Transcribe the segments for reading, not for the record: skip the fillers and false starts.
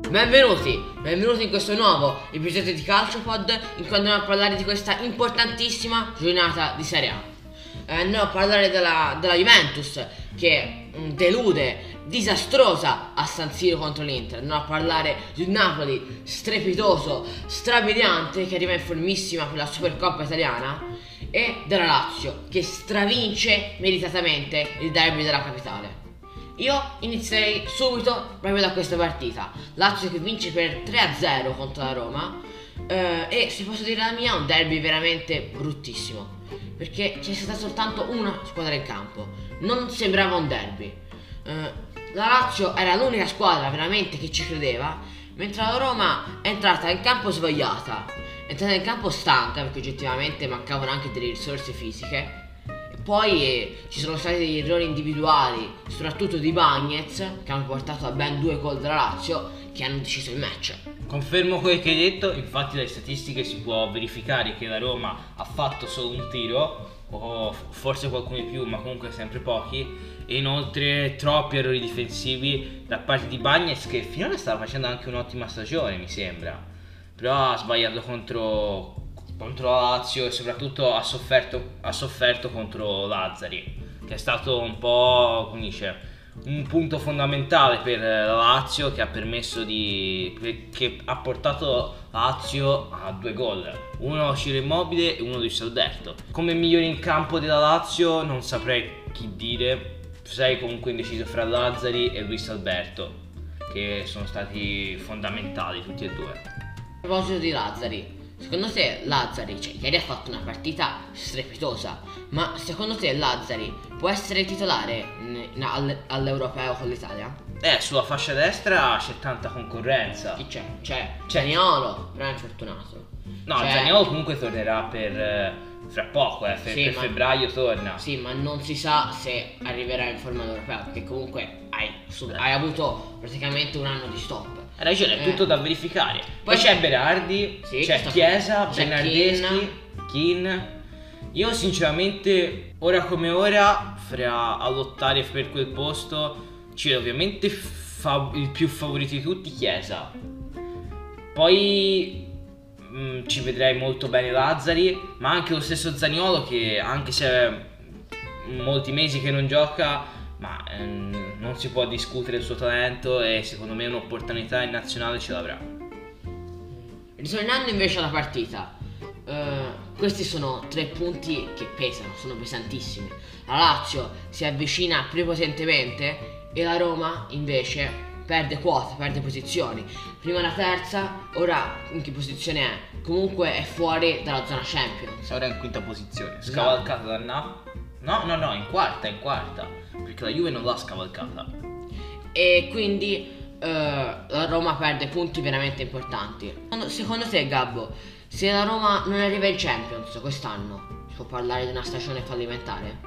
Benvenuti in questo nuovo episodio di CalcioPod in cui andremo a parlare di questa importantissima giornata di Serie A. Andremo a parlare della Juventus che delude, disastrosa a San Siro contro l'Inter. Andremo a parlare di un Napoli strepitoso, strabiliante che arriva in formissima per la Supercoppa italiana e della Lazio che stravince meritatamente il derby della capitale. Io inizierei subito proprio da questa partita. Lazio che vince per 3-0 contro la Roma e se posso dire la mia, un derby veramente bruttissimo perché c'è stata soltanto una squadra in campo. Non sembrava un derby. La Lazio era l'unica squadra veramente che ci credeva, mentre la Roma è entrata in campo svogliata, è entrata in campo stanca perché oggettivamente mancavano anche delle risorse fisiche. Poi ci sono stati degli errori individuali, soprattutto di Bagnez, che hanno portato a ben 2 gol della Lazio, che hanno deciso il match. Confermo quello che hai detto, infatti dalle statistiche si può verificare che la Roma ha fatto solo un tiro, o forse qualcuno di più, ma comunque sempre pochi, e inoltre troppi errori difensivi da parte di Bagnez, che finora stava facendo anche un'ottima stagione, mi sembra, però ha sbagliato contro la Lazio e soprattutto ha sofferto contro Lazzari, che è stato un po', come dice, un punto fondamentale per la Lazio, che ha che ha portato la Lazio a 2 gol, uno Ciro Immobile e uno Luis Alberto. Come migliore in campo della Lazio non saprei chi dire, sarei comunque indeciso fra Lazzari e Luis Alberto, che sono stati fondamentali tutti e due. A proposito di Lazzari, secondo te Lazzari, ieri ha fatto una partita strepitosa, ma secondo te Lazzari può essere titolare all'Europeo con l'Italia? Sulla fascia destra c'è tanta concorrenza. Chi c'è? C'è Zaniolo, però è infortunato. No, Zaniolo comunque tornerà fra poco, Sì, per febbraio torna. Sì, ma non si sa se arriverà in forma europea, perché comunque hai avuto praticamente un anno di stop. Hai ragione, è tutto da verificare. Poi c'è Berardi, sì, c'è Chiesa, c'è Bernardeschi, Kean. Io sinceramente, ora come ora, a lottare per quel posto c'è ovviamente il più favorito di tutti, Chiesa. Poi ci vedrei molto bene Lazzari, ma anche lo stesso Zaniolo, che anche se è molti mesi che non gioca, ma non si può discutere il suo talento e secondo me un'opportunità in nazionale ce l'avrà. Ritornando invece alla partita, questi sono 3 punti che pesano, sono pesantissimi. La Lazio si avvicina prepotentemente e la Roma invece perde quota, perde posizioni. Prima la terza, ora in che posizione è? Comunque è fuori dalla zona Champions. Ora è in quinta posizione, scavalcata da Napoli. No, in quarta, perché la Juve non l'ha scavalcata. E quindi la Roma perde punti veramente importanti. Secondo te, Gabbo, se la Roma non arriva in Champions quest'anno, si può parlare di una stagione fallimentare?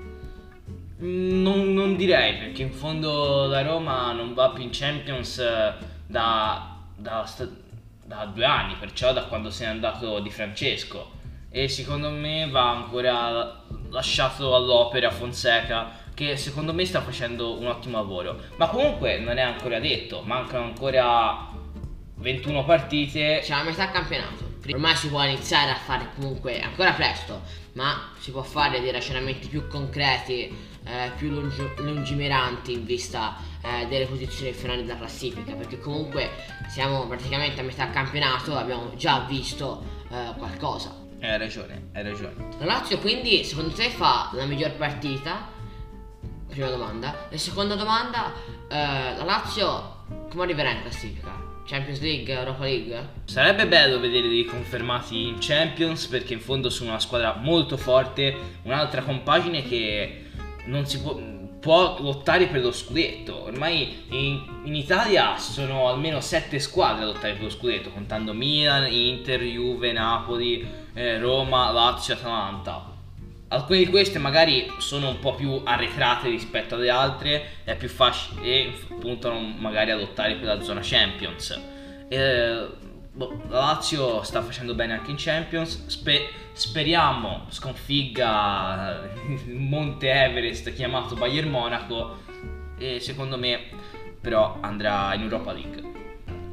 Non direi, perché in fondo la Roma non va più in Champions da 2 anni, perciò da quando se n'è andato Di Francesco, e secondo me va ancora lasciato all'opera Fonseca, che secondo me sta facendo un ottimo lavoro, ma comunque non è ancora detto, mancano ancora 21 partite. C'è la metà campionato. Ormai si può iniziare a fare, comunque è ancora presto, ma si può fare dei ragionamenti più concreti, più lungimiranti in vista delle posizioni finali della classifica, perché comunque siamo praticamente a metà campionato, abbiamo già visto qualcosa. Hai ragione. La Lazio quindi secondo te fa la miglior partita? Prima domanda. E seconda domanda, la Lazio come arriverà in classifica? Champions League, Europa League? Sarebbe bello vederli confermati in Champions, perché in fondo sono una squadra molto forte, un'altra compagine che non si può lottare per lo scudetto. Ormai in Italia sono almeno 7 squadre a lottare per lo scudetto, contando Milan, Inter, Juve, Napoli, Roma, Lazio, Atalanta. Alcune di queste magari sono un po' più arretrate rispetto alle altre, è più facile e puntano magari a lottare per la zona Champions. La Lazio sta facendo bene anche in Champions, speriamo sconfigga il Monte Everest chiamato Bayern Monaco, e secondo me però andrà in Europa League.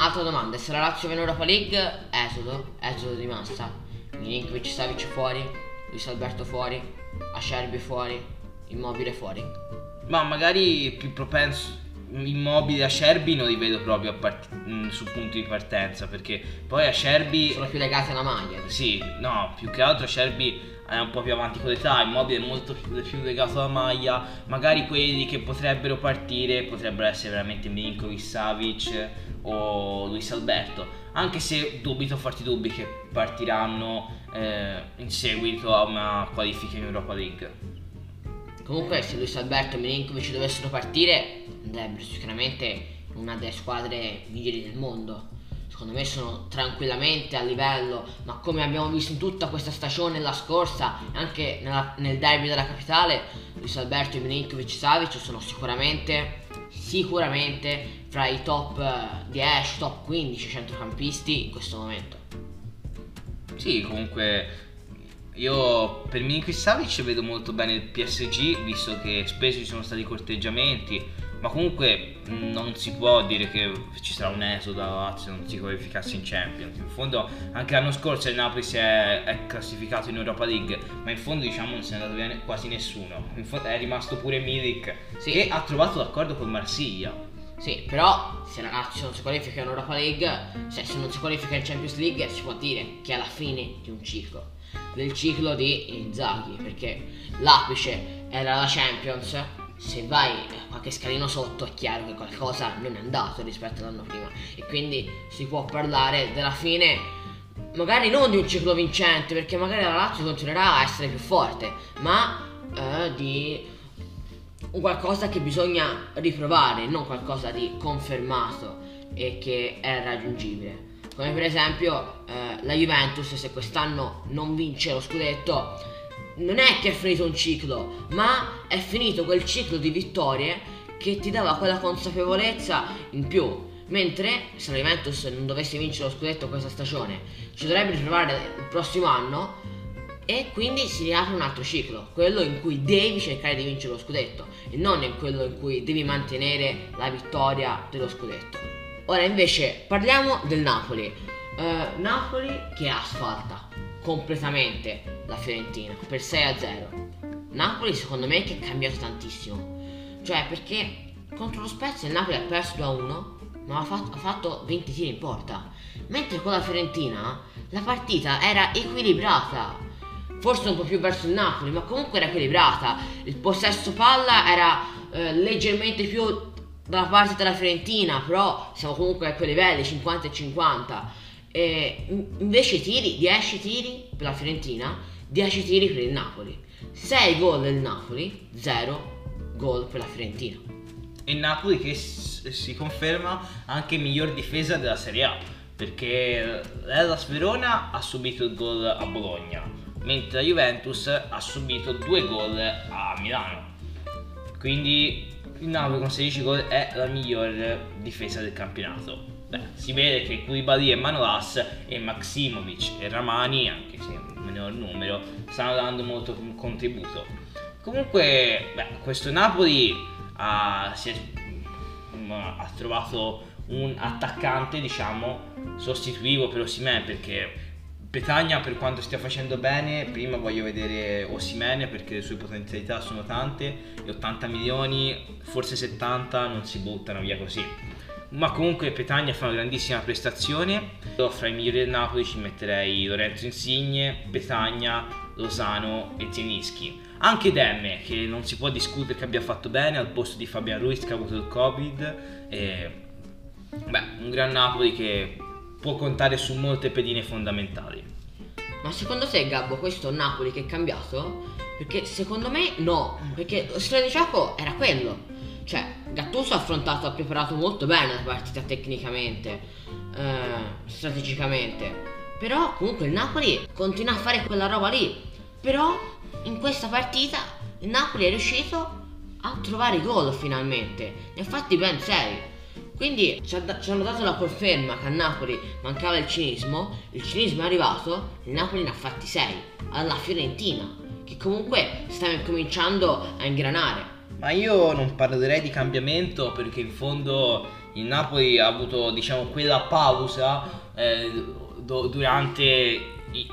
Altra domanda, se la Lazio va in Europa League, esodo di massa. Milinkovic, Savic fuori, Luis Alberto fuori, Acerbi fuori, Immobile fuori. Ma magari più propenso Immobile, Acerbi non li vedo proprio sul punto di partenza, perché poi Acerbi Sono più legati alla maglia. sì, no, più che altro Acerbi è un po' più avanti con l'età, Immobile è molto più legato alla maglia. Magari quelli che potrebbero partire potrebbero essere veramente Milinkovic, Savic o Luis Alberto, anche se dubito forti dubbi che partiranno in seguito a una qualifica in Europa League. Comunque se Luis Alberto e Milinkovic dovessero partire, andrebbero sicuramente in una delle squadre migliori del mondo. Secondo me sono tranquillamente a livello, ma come abbiamo visto in tutta questa stagione, la scorsa, anche nel derby della capitale, Luis Alberto, Milinkovic, Savic sono sicuramente fra i top 10, top 15 centrocampisti in questo momento. Sì, comunque io per Milinkovic Savic vedo molto bene il PSG, visto che spesso ci sono stati corteggiamenti, ma comunque non si può dire che ci sarà un esodo da Lazio non si qualificasse in Champions. In fondo anche l'anno scorso il Napoli è classificato in Europa League, ma in fondo diciamo non se ne è andato bene quasi nessuno. In fondo è rimasto pure Milik, Sì. che ha trovato l'accordo con Marsiglia. Sì, però se la Lazio non si qualifica in Europa League, se non si qualifica in Champions League, si può dire che è la fine di un ciclo, del ciclo di Inzaghi, perché l'apice era la Champions. Se vai qualche scalino sotto è chiaro che qualcosa non è andato rispetto all'anno prima, e quindi si può parlare della fine, magari non di un ciclo vincente, perché magari la Lazio continuerà a essere più forte, ma di un qualcosa che bisogna riprovare, non qualcosa di confermato e che è raggiungibile. Come per esempio la Juventus, se quest'anno non vince lo scudetto, non è che è finito un ciclo, ma è finito quel ciclo di vittorie che ti dava quella consapevolezza in più. Mentre se la Juventus non dovesse vincere lo scudetto questa stagione, ci dovrebbe ritrovare il prossimo anno, e quindi si riapre un altro ciclo, quello in cui devi cercare di vincere lo scudetto e non in quello in cui devi mantenere la vittoria dello scudetto. Ora invece parliamo del Napoli. Napoli che asfalta completamente la Fiorentina per 6-0. Napoli secondo me che è cambiato tantissimo, cioè perché contro lo Spezia il Napoli ha perso 2-1, ma ha fatto 20 tiri in porta, mentre con la Fiorentina la partita era equilibrata, forse un po' più verso il Napoli, ma comunque era equilibrata. Il possesso palla era leggermente più dalla parte della Fiorentina, però siamo comunque a quei livelli 50 e 50. E invece i tiri, 10 tiri per la Fiorentina, 10 tiri per il Napoli, 6 gol del Napoli, 0 gol per la Fiorentina. E Napoli che si conferma anche miglior difesa della Serie A, perché l'Hellas Verona ha subito il gol a Bologna, mentre la Juventus ha subito 2 gol a Milano. Quindi il Napoli con 16 gol è la miglior difesa del campionato. Si vede che Koulibaly e Manolas e Maximovic e Ramani, anche se un minor numero, stanno dando molto contributo. Comunque questo Napoli ha trovato un attaccante, diciamo, sostitutivo per Osimhen, perché Petagna, per quanto stia facendo bene, prima voglio vedere Osimhen, perché le sue potenzialità sono tante e 80 milioni, forse 70, non si buttano via così. Ma comunque Petagna fa una grandissima prestazione. Io fra i migliori del Napoli ci metterei Lorenzo Insigne, Petagna, Lozano e Zielinski. Anche Demme, che non si può discutere che abbia fatto bene al posto di Fabian Ruiz che ha avuto il Covid. Un gran Napoli che può contare su molte pedine fondamentali. Ma secondo te, Gabbo, questo è un Napoli che è cambiato? Perché secondo me no, perché lo stile di gioco era quello. Cioè, Gattuso ha preparato molto bene la partita tecnicamente, strategicamente, però comunque il Napoli continua a fare quella roba lì. Però in questa partita il Napoli è riuscito a trovare i gol finalmente, ne ha fatti ben 6. Quindi ci hanno dato la conferma che a Napoli mancava il cinismo è arrivato, il Napoli ne ha fatti 6 alla Fiorentina, che comunque stava incominciando a ingranare. Ma io non parlerei di cambiamento, perché in fondo il Napoli ha avuto, diciamo, quella pausa durante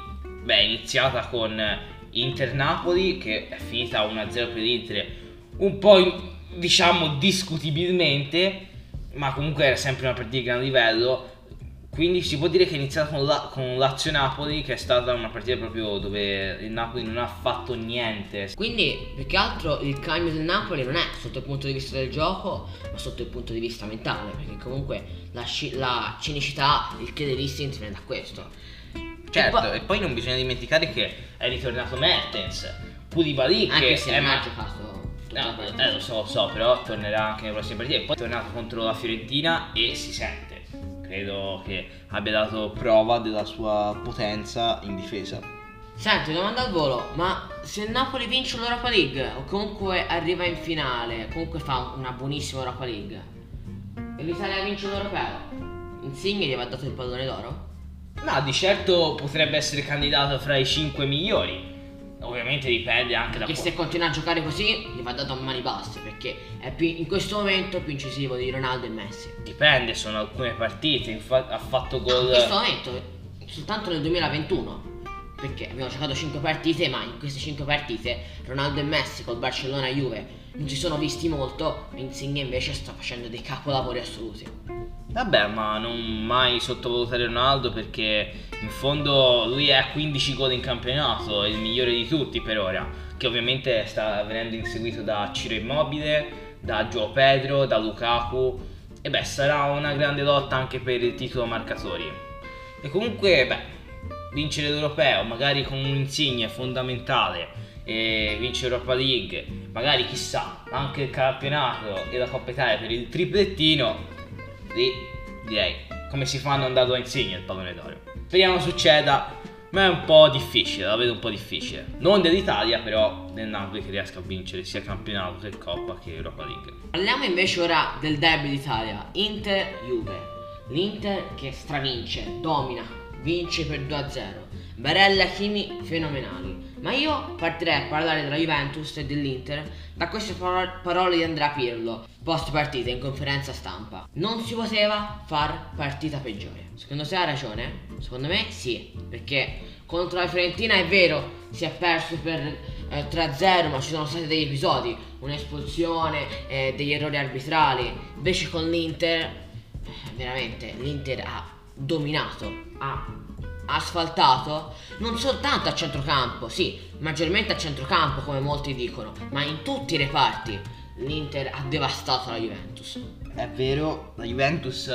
iniziata con Inter-Napoli, che è finita 1-0 per l'Inter, un po' diciamo discutibilmente, ma comunque era sempre una partita di gran livello. Quindi si può dire che è iniziata con Lazio-Napoli, che è stata una partita proprio dove il Napoli non ha fatto niente. Quindi più che altro il cambio del Napoli non è sotto il punto di vista del gioco, ma sotto il punto di vista mentale, perché comunque la cinicità, il che dell'istinto viene da questo. Certo, e poi non bisogna dimenticare che è ritornato Mertens, Koulibaly, anche che se non ha giocato tutta la partita. lo so, però tornerà anche nelle prossime partite. E poi è tornato contro la Fiorentina e si sente. Credo che abbia dato prova della sua potenza in difesa. Senti, domanda al volo, ma se il Napoli vince l'Europa League o comunque arriva in finale, comunque fa una buonissima Europa League e l'Italia vince l'Europeo, Insigne gli va dato il pallone d'oro? No, di certo potrebbe essere candidato fra i 5 migliori. Ovviamente dipende anche da Che se continua a giocare così gli va dato a mani basse, perché è in questo momento più incisivo di Ronaldo e Messi. Dipende, sono alcune partite, ha fatto gol. In questo momento, soltanto nel 2021, perché abbiamo giocato 5 partite, ma in queste 5 partite Ronaldo e Messi col Barcellona e Juve non si sono visti molto, e Insigne invece sta facendo dei capolavori assoluti. Vabbè, ma non mai sottovalutare Ronaldo, perché in fondo lui è a 15 gol in campionato, è il migliore di tutti per ora, che ovviamente sta venendo inseguito da Ciro Immobile, da João Pedro, da Lukaku, e sarà una grande lotta anche per il titolo marcatori. E comunque, vincere l'Europeo, magari con un Insigne fondamentale, e vincere l'Europa League, magari chissà, anche il campionato e la Coppa Italia per il triplettino, lì direi come si fa a non darlo a Insigne il pallone d'oro. Speriamo succeda, ma è un po' difficile, la vedo un po' difficile. Non dell'Italia, però del Napoli che riesca a vincere sia campionato che Coppa che Europa League. Parliamo invece ora del derby d'Italia, Inter-Juve. L'Inter che stravince, domina, vince per 2-0. Barella e Hakimi fenomenali. Ma io partirei a parlare della Juventus e dell'Inter da queste parole di Andrea Pirlo post partita in conferenza stampa. Non si poteva far partita peggiore. Secondo te ha ragione? Secondo me sì, perché contro la Fiorentina è vero, si è perso per 3-0, ma ci sono stati degli episodi, un'espulsione, degli errori arbitrali. Invece con l'Inter veramente l'Inter ha dominato, ha asfaltato non soltanto a centrocampo, sì, maggiormente a centrocampo come molti dicono, ma in tutti i reparti l'Inter ha devastato la Juventus. È vero, la Juventus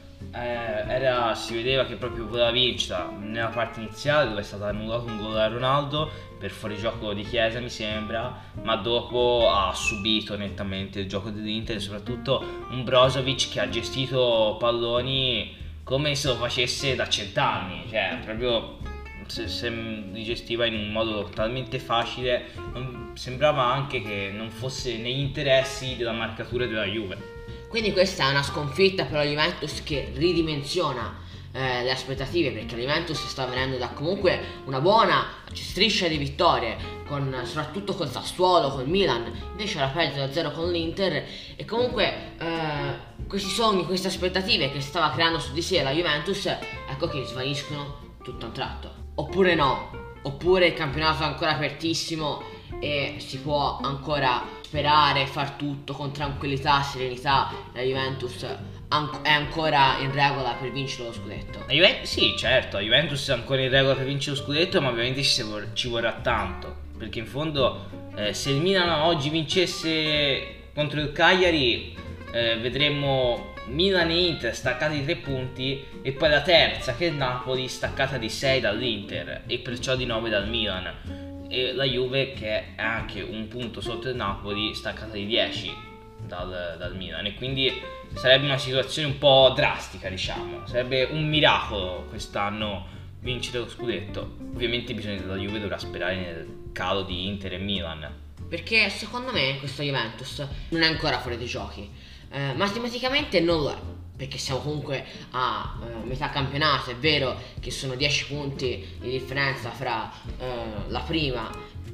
si vedeva che proprio voleva vincere nella parte iniziale, dove è stato annullato un gol a Ronaldo per fuorigioco di Chiesa mi sembra, ma dopo ha subito nettamente il gioco dell'Inter, e soprattutto un Brozovic che ha gestito palloni come se lo facesse da 100 anni, cioè proprio se li gestiva in un modo talmente facile, sembrava anche che non fosse negli interessi della marcatura della Juve. Quindi questa è una sconfitta per la Juventus che ridimensiona le aspettative, perché la Juventus sta venendo da comunque una buona striscia di vittorie, soprattutto con Sassuolo, con Milan, invece la perde da 0 con l'Inter, e comunque questi sogni, queste aspettative che stava creando su di sé la Juventus, ecco che svaniscono tutto a un tratto. Oppure no, oppure il campionato è ancora apertissimo e si può ancora sperare, far tutto con tranquillità, serenità, la Juventus è ancora in regola per vincere lo scudetto. Sì, certo, la Juventus è ancora in regola per vincere lo scudetto, ma ovviamente ci vorrà tanto, perché in fondo se il Milan oggi vincesse contro il Cagliari, vedremmo Milan e Inter staccati di 3 punti, e poi la terza che è il Napoli staccata di 6 dall'Inter e perciò di 9 dal Milan, e la Juve che è anche un punto sotto il Napoli staccata di 10 dal Milan, e quindi sarebbe una situazione un po' drastica, diciamo, sarebbe un miracolo quest'anno vincere lo scudetto. Ovviamente la Juve dovrà sperare nel calo di Inter e Milan, perché secondo me questa Juventus non è ancora fuori dai giochi. Matematicamente non lo è, perché siamo comunque a metà campionato. È vero che sono 10 punti di differenza fra la prima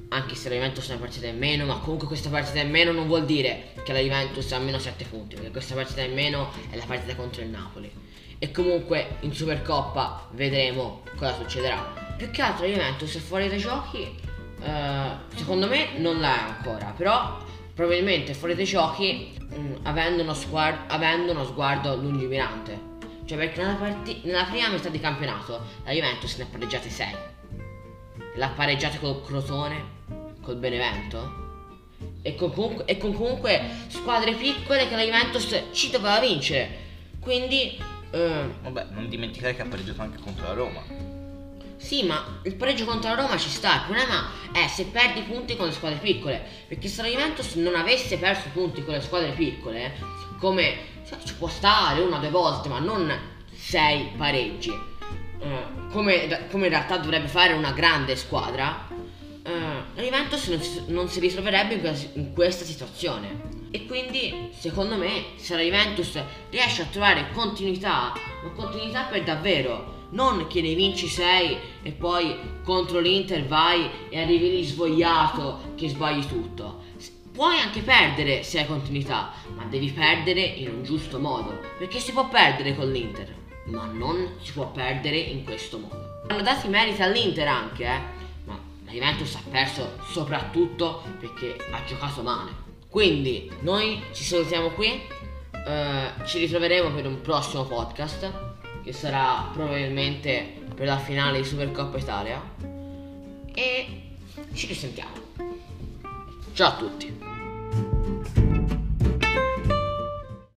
anche se la Juventus è una partita in meno, ma comunque questa partita in meno non vuol dire che la Juventus ha meno 7 punti, perché questa partita in meno è la partita contro il Napoli. E comunque in Supercoppa vedremo cosa succederà. Più che altro la Juventus è fuori dai giochi, secondo me non l'è ancora, però probabilmente è fuori dai giochi avendo uno sguardo lungimirante. Cioè, perché nella prima metà di campionato la Juventus ne ha pareggiate 6. L'ha pareggiata col Crotone, col Benevento e con comunque squadre piccole che la Juventus ci doveva vincere. Quindi vabbè, non dimenticare che ha pareggiato anche contro la Roma. sì, ma il pareggio contro la Roma ci sta. Il problema è se perdi punti con le squadre piccole, perché se la Juventus non avesse perso punti con le squadre piccole, come ci può stare una o due volte, ma non 6 pareggi, come in realtà dovrebbe fare una grande squadra, la Juventus non si ritroverebbe in questa situazione. E quindi secondo me se la Juventus riesce a trovare continuità, ma continuità per davvero, non che ne vinci 6 e poi contro l'Inter vai e arrivi lì svogliato che sbagli tutto. Puoi anche perdere se hai continuità, ma devi perdere in un giusto modo, perché si può perdere con l'Inter, ma non si può perdere in questo modo. Hanno dato i meriti all'Inter anche, ma la Juventus ha perso soprattutto perché ha giocato male. Quindi noi ci salutiamo qui, ci ritroveremo per un prossimo podcast che sarà probabilmente per la finale di Supercoppa Italia e ci risentiamo. Ciao a tutti.